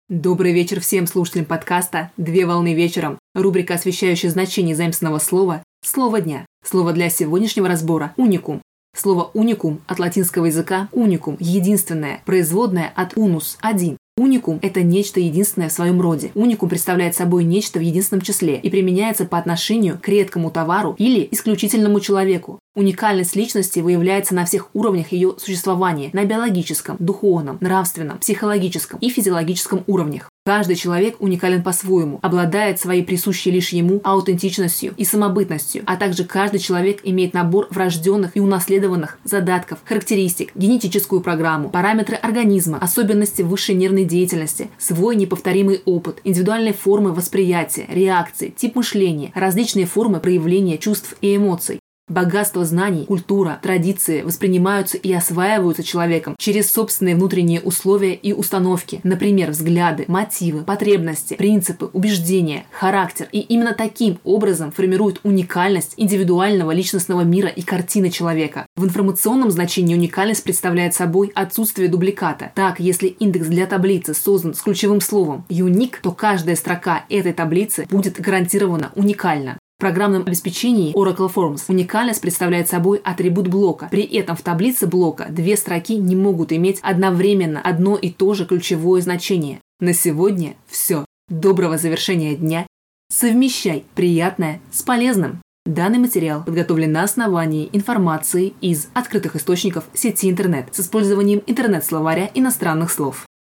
Добрый вечер всем слушателям подкаста «Две волны вечером». Рубрика, освещающая значение заимственного слова «Слово дня». Слово для сегодняшнего разбора – «уникум». Слово «уникум» от латинского языка «уникум» – единственное, производное от «унус» – один. Уникум – это нечто единственное в своем роде. Уникум представляет собой нечто в единственном числе и применяется по отношению к редкому товару или исключительному человеку. Уникальность личности выявляется на всех уровнях ее существования – на биологическом, духовном, нравственном, психологическом и физиологическом уровнях. Каждый человек уникален по-своему, обладает своей присущей лишь ему аутентичностью и самобытностью, а также каждый человек имеет набор врожденных и унаследованных задатков, характеристик, генетическую программу, параметры организма, особенности высшей нервной деятельности, свой неповторимый опыт, индивидуальные формы восприятия, реакции, тип мышления, различные формы проявления чувств и эмоций. Богатство знаний, культура, традиции воспринимаются и осваиваются человеком через собственные внутренние условия и установки, например, взгляды, мотивы, потребности, принципы, убеждения, характер. И именно таким образом формирует уникальность индивидуального личностного мира и картины человека. В информационном значении уникальность представляет собой отсутствие дубликата. Так, если индекс для таблицы создан с ключевым словом «unique», то каждая строка этой таблицы будет гарантированно уникальна. В программном обеспечении Oracle Forms уникальность представляет собой атрибут блока. При этом в таблице блока две строки не могут иметь одновременно одно и то же ключевое значение. На сегодня все. Доброго завершения дня. Совмещай приятное с полезным. Данный материал подготовлен на основании информации из открытых источников сети интернет с использованием интернет-словаря иностранных слов.